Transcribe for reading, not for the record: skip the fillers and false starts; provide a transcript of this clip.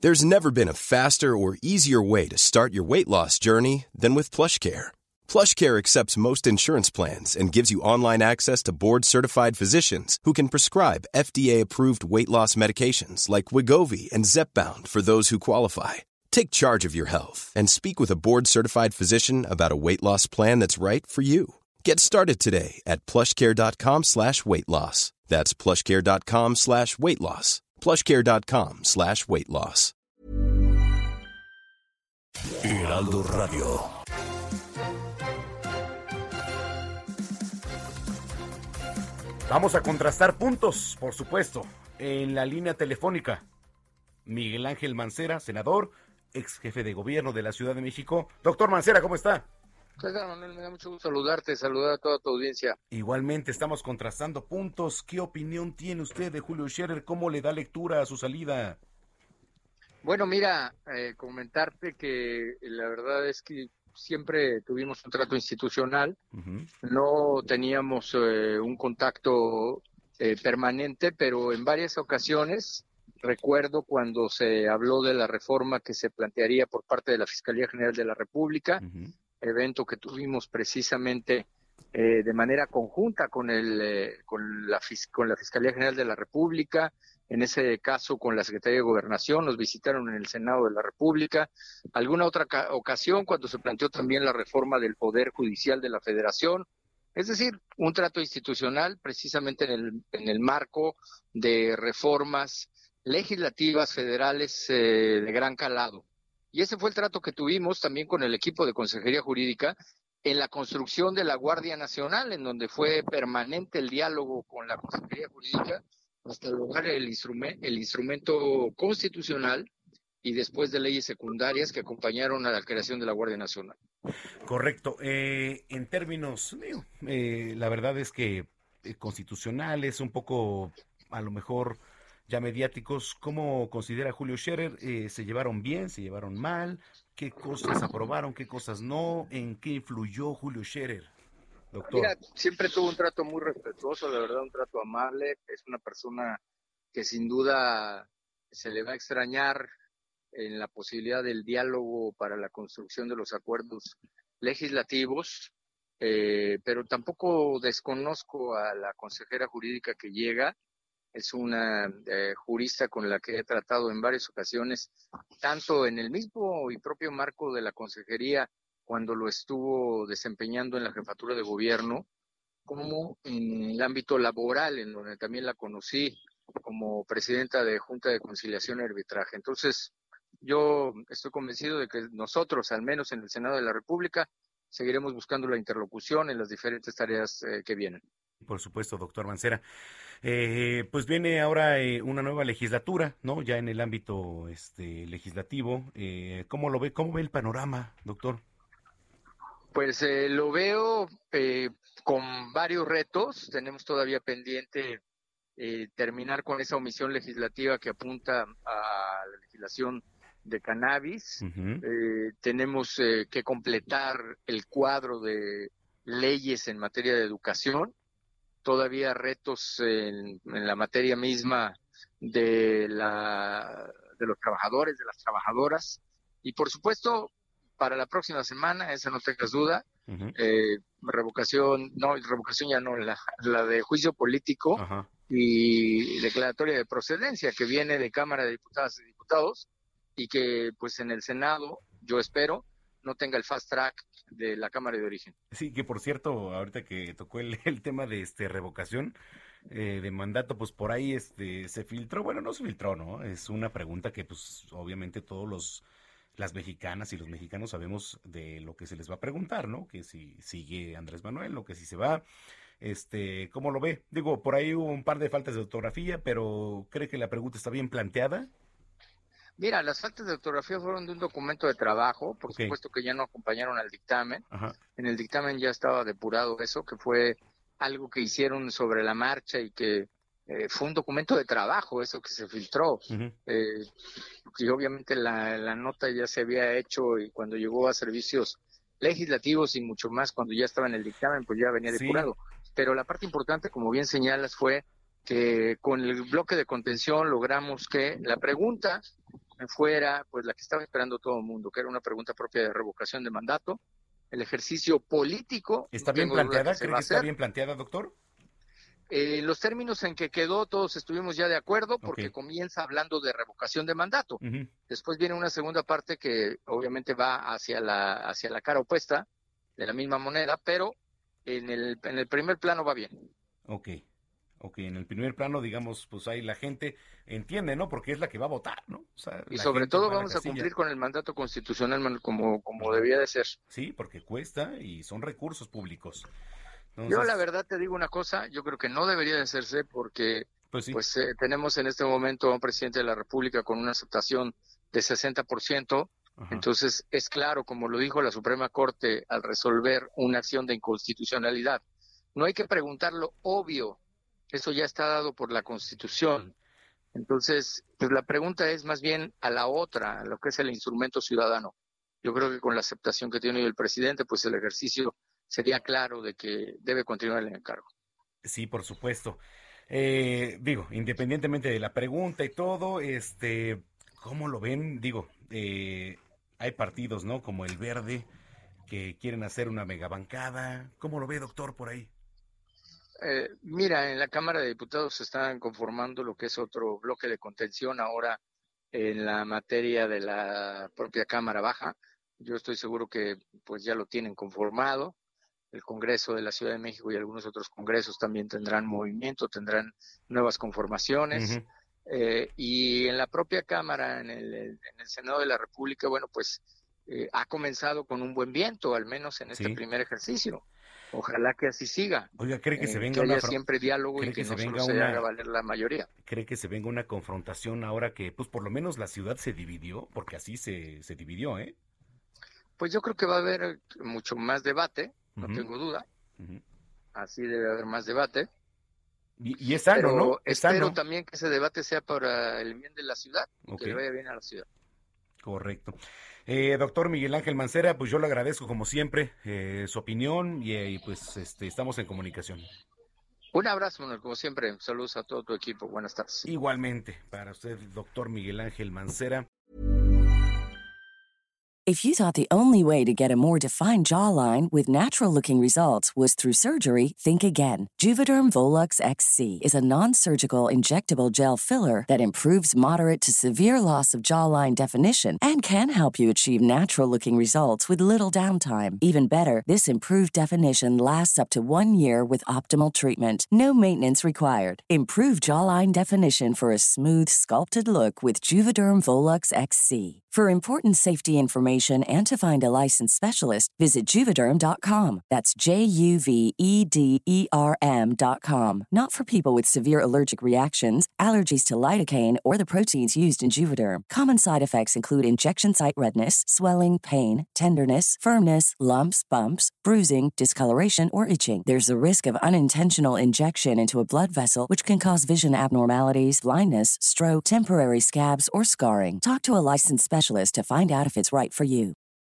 There's never been a faster or easier way to start your weight loss journey than with PlushCare. PlushCare accepts most insurance plans and gives you online access to board-certified physicians who can prescribe FDA-approved weight loss medications like Wegovy and Zepbound for those who qualify. Take charge of your health and speak with a board-certified physician about a weight loss plan that's right for you. Get started today at plushcare.com/weight loss. That's plushcare.com/weight loss. plushcare.com/weight loss. Heraldo Radio. Vamos a contrastar puntos, por supuesto, en la línea telefónica. Miguel Ángel Mancera, senador, ex jefe de gobierno de la Ciudad de México. Doctor Mancera, ¿cómo está? Claro, Manuel, me da mucho gusto saludarte, saludar a toda tu audiencia. Igualmente estamos contrastando puntos. ¿Qué opinión tiene usted de Julio Scherer? ¿Cómo le da lectura a su salida? Bueno, mira, comentarte que la verdad es que siempre tuvimos un trato institucional, no teníamos un contacto permanente, pero en varias ocasiones, recuerdo cuando se habló de la reforma que se plantearía por parte de la Fiscalía General de la República, evento que tuvimos precisamente de manera conjunta con la Fiscalía General de la República, en ese caso con la Secretaría de Gobernación, nos visitaron en el Senado de la República, alguna otra ocasión cuando se planteó también la reforma del Poder Judicial de la Federación, es decir, un trato institucional precisamente en el marco de reformas legislativas federales de gran calado. Y ese fue el trato que tuvimos también con el equipo de Consejería Jurídica en la construcción de la Guardia Nacional, en donde fue permanente el diálogo con la Consejería Jurídica hasta lograr el instrumento constitucional y después de leyes secundarias que acompañaron a la creación de la Guardia Nacional. Correcto. En términos, la verdad es que constitucionales, un poco a lo mejor ya mediáticos, ¿cómo considera Julio Scherer? ¿Se llevaron bien? ¿Se llevaron mal? ¿Qué cosas aprobaron? ¿Qué cosas no? ¿En qué influyó Julio Scherer, doctor? Mira, siempre tuvo un trato muy respetuoso, la verdad, un trato amable. Es una persona que sin duda se le va a extrañar en la posibilidad del diálogo para la construcción de los acuerdos legislativos, pero tampoco desconozco a la consejera jurídica que llega. Es una jurista con la que he tratado en varias ocasiones, tanto en el mismo y propio marco de la consejería, cuando lo estuvo desempeñando en la jefatura de gobierno, como en el ámbito laboral, en donde también la conocí como presidenta de Junta de Conciliación y Arbitraje. Entonces, yo estoy convencido de que nosotros, al menos en el Senado de la República, seguiremos buscando la interlocución en las diferentes tareas que vienen. Por supuesto, doctor Mancera. Pues viene ahora una nueva legislatura, ¿no? Ya en el ámbito legislativo. ¿Cómo lo ve? ¿Cómo ve el panorama, doctor? Pues lo veo con varios retos. Tenemos todavía pendiente terminar con esa omisión legislativa que apunta a la legislación de cannabis. Tenemos que completar el cuadro de leyes en materia de educación. Todavía retos en la materia misma de los trabajadores, de las trabajadoras. Y por supuesto, para la próxima semana, esa no tengas duda, revocación ya no, la de juicio político y declaratoria de procedencia que viene de Cámara de Diputadas y Diputados y que pues en el Senado, yo espero, no tenga el fast track de la Cámara de Origen. Sí, que por cierto, ahorita que tocó el tema de revocación de mandato, pues por ahí se filtró, bueno, no se filtró, ¿no? Es una pregunta que pues obviamente las mexicanas y los mexicanos sabemos de lo que se les va a preguntar, ¿no? Que si sigue Andrés Manuel o que si se va, ¿cómo lo ve? Digo, por ahí hubo un par de faltas de ortografía, pero ¿cree que la pregunta está bien planteada? Mira, las faltas de ortografía fueron de un documento de trabajo, por supuesto que ya no acompañaron al dictamen. En el dictamen ya estaba depurado eso, que fue algo que hicieron sobre la marcha y que fue un documento de trabajo, eso que se filtró. Y obviamente la nota ya se había hecho y cuando llegó a servicios legislativos y mucho más cuando ya estaba en el dictamen, pues ya venía depurado. Pero la parte importante, como bien señalas, fue que con el bloque de contención logramos que la pregunta fuera pues la que estaba esperando todo el mundo, que era una pregunta propia de revocación de mandato, el ejercicio político. ¿Está no bien tengo duda planteada? que se ¿Cree va a que está hacer. bien planteada, doctor? Los términos en que quedó, todos estuvimos ya de acuerdo, porque Ok. comienza hablando de revocación de mandato. Ujú. Después viene una segunda parte que obviamente va hacia la cara opuesta de la misma moneda, pero en el primer plano va bien. Ok. Ok, en el primer plano, digamos, pues ahí la gente entiende, ¿no? Porque es la que va a votar, ¿no? O sea, Y la sobre gente todo va a la vamos a casilla. cumplir con el mandato constitucional como Ajá. debía de ser. Sí, porque cuesta y son recursos públicos. Yo la Entonces, verdad te digo una cosa, yo creo que no debería de hacerse porque pues sí. pues tenemos en este momento a un presidente de la República con una aceptación de 60%, Ajá. entonces es claro, como lo dijo la Suprema Corte al resolver una acción de inconstitucionalidad, no hay que preguntar lo obvio, eso ya está dado por la Constitución. Entonces, pues la pregunta es más bien a la otra, a lo que es el instrumento ciudadano. Yo creo que con la aceptación que tiene hoy el presidente, pues el ejercicio sería claro de que debe continuar el encargo. Sí, por supuesto. Digo, independientemente de la pregunta y todo, ¿cómo lo ven? Digo, hay partidos, ¿no? Como el Verde, que quieren hacer una megabancada. ¿Cómo lo ve, doctor, por ahí? Mira, en la Cámara de Diputados se están conformando lo que es otro bloque de contención ahora en la materia de la propia Cámara Baja. Yo estoy seguro que pues ya lo tienen conformado. El Congreso de la Ciudad de México y algunos otros congresos también tendrán movimiento, tendrán nuevas conformaciones. Ujú. Y en la propia Cámara, en el Senado de la República, bueno, pues ha comenzado con un buen viento, al menos en este Sí. primer ejercicio. Ojalá que así siga, Oiga, ¿cree que se venga que haya siempre diálogo y cree que que se no solo venga se haga valer la mayoría. cree que se venga una confrontación ahora que, pues, por lo menos la ciudad se dividió? Porque así se dividió, ¿eh? Pues yo creo que va a haber mucho más debate, no Ujú, tengo duda, ujú. así debe haber más debate, Y es sano, ¿no? pero Es espero sano. también que ese debate sea para el bien de la ciudad y Ok. que le vaya bien a la ciudad. Correcto. Doctor Miguel Ángel Mancera, pues yo le agradezco como siempre su opinión y pues estamos en comunicación. Un abrazo, Manuel, como siempre, saludos a todo tu equipo, buenas tardes. Igualmente, para usted, doctor Miguel Ángel Mancera. If you thought the only way to get a more defined jawline with natural-looking results was through surgery, think again. Juvederm Volux XC is a non-surgical injectable gel filler that improves moderate to severe loss of jawline definition and can help you achieve natural-looking results with little downtime. Even better, this improved definition lasts up to 1 year with optimal treatment. No maintenance required. Improve jawline definition for a smooth, sculpted look with Juvederm Volux XC. For important safety information and to find a licensed specialist, visit Juvederm.com. That's JUVEDERM.com. Not for people with severe allergic reactions, allergies to lidocaine, or the proteins used in Juvederm. Common side effects include injection site redness, swelling, pain, tenderness, firmness, lumps, bumps, bruising, discoloration, or itching. There's the risk of unintentional injection into a blood vessel, which can cause vision abnormalities, blindness, stroke, temporary scabs, or scarring. Talk to a licensed specialist to find out if it's right for you.